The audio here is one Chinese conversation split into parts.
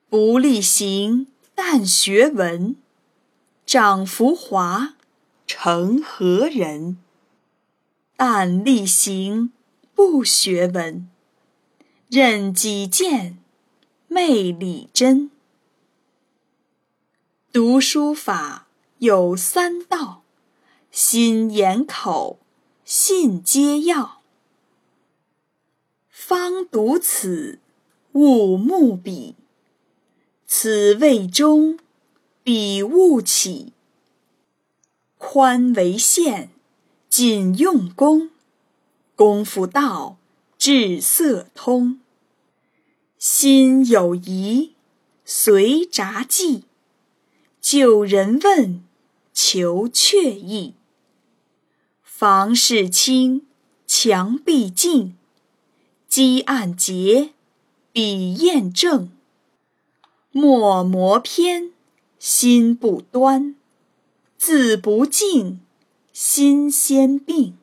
不力行，但学文。长浮华，成何人？但力行，不学文。任己见，昧理真。读书法有三到，心眼口，信皆要。方读此，勿慕彼。此谓中，彼勿起。宽为限，谨用功。功夫到，志色通。心有疑，随札记。就人问，求确意。房事清，墙壁净。积案洁，笔砚正。墨磨偏，心不端。字不净，心先病。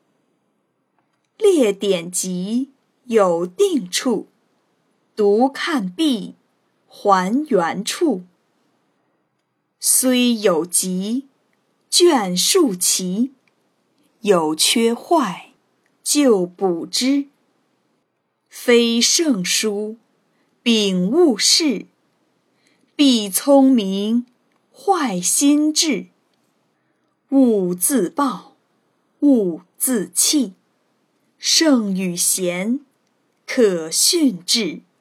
列典籍，有定处。读看毕，还原处。虽有疾，卷数齐。有缺坏，就补之。非圣书，秉勿视。必聪明，坏心智。勿自暴，勿自弃。圣与贤，可训致。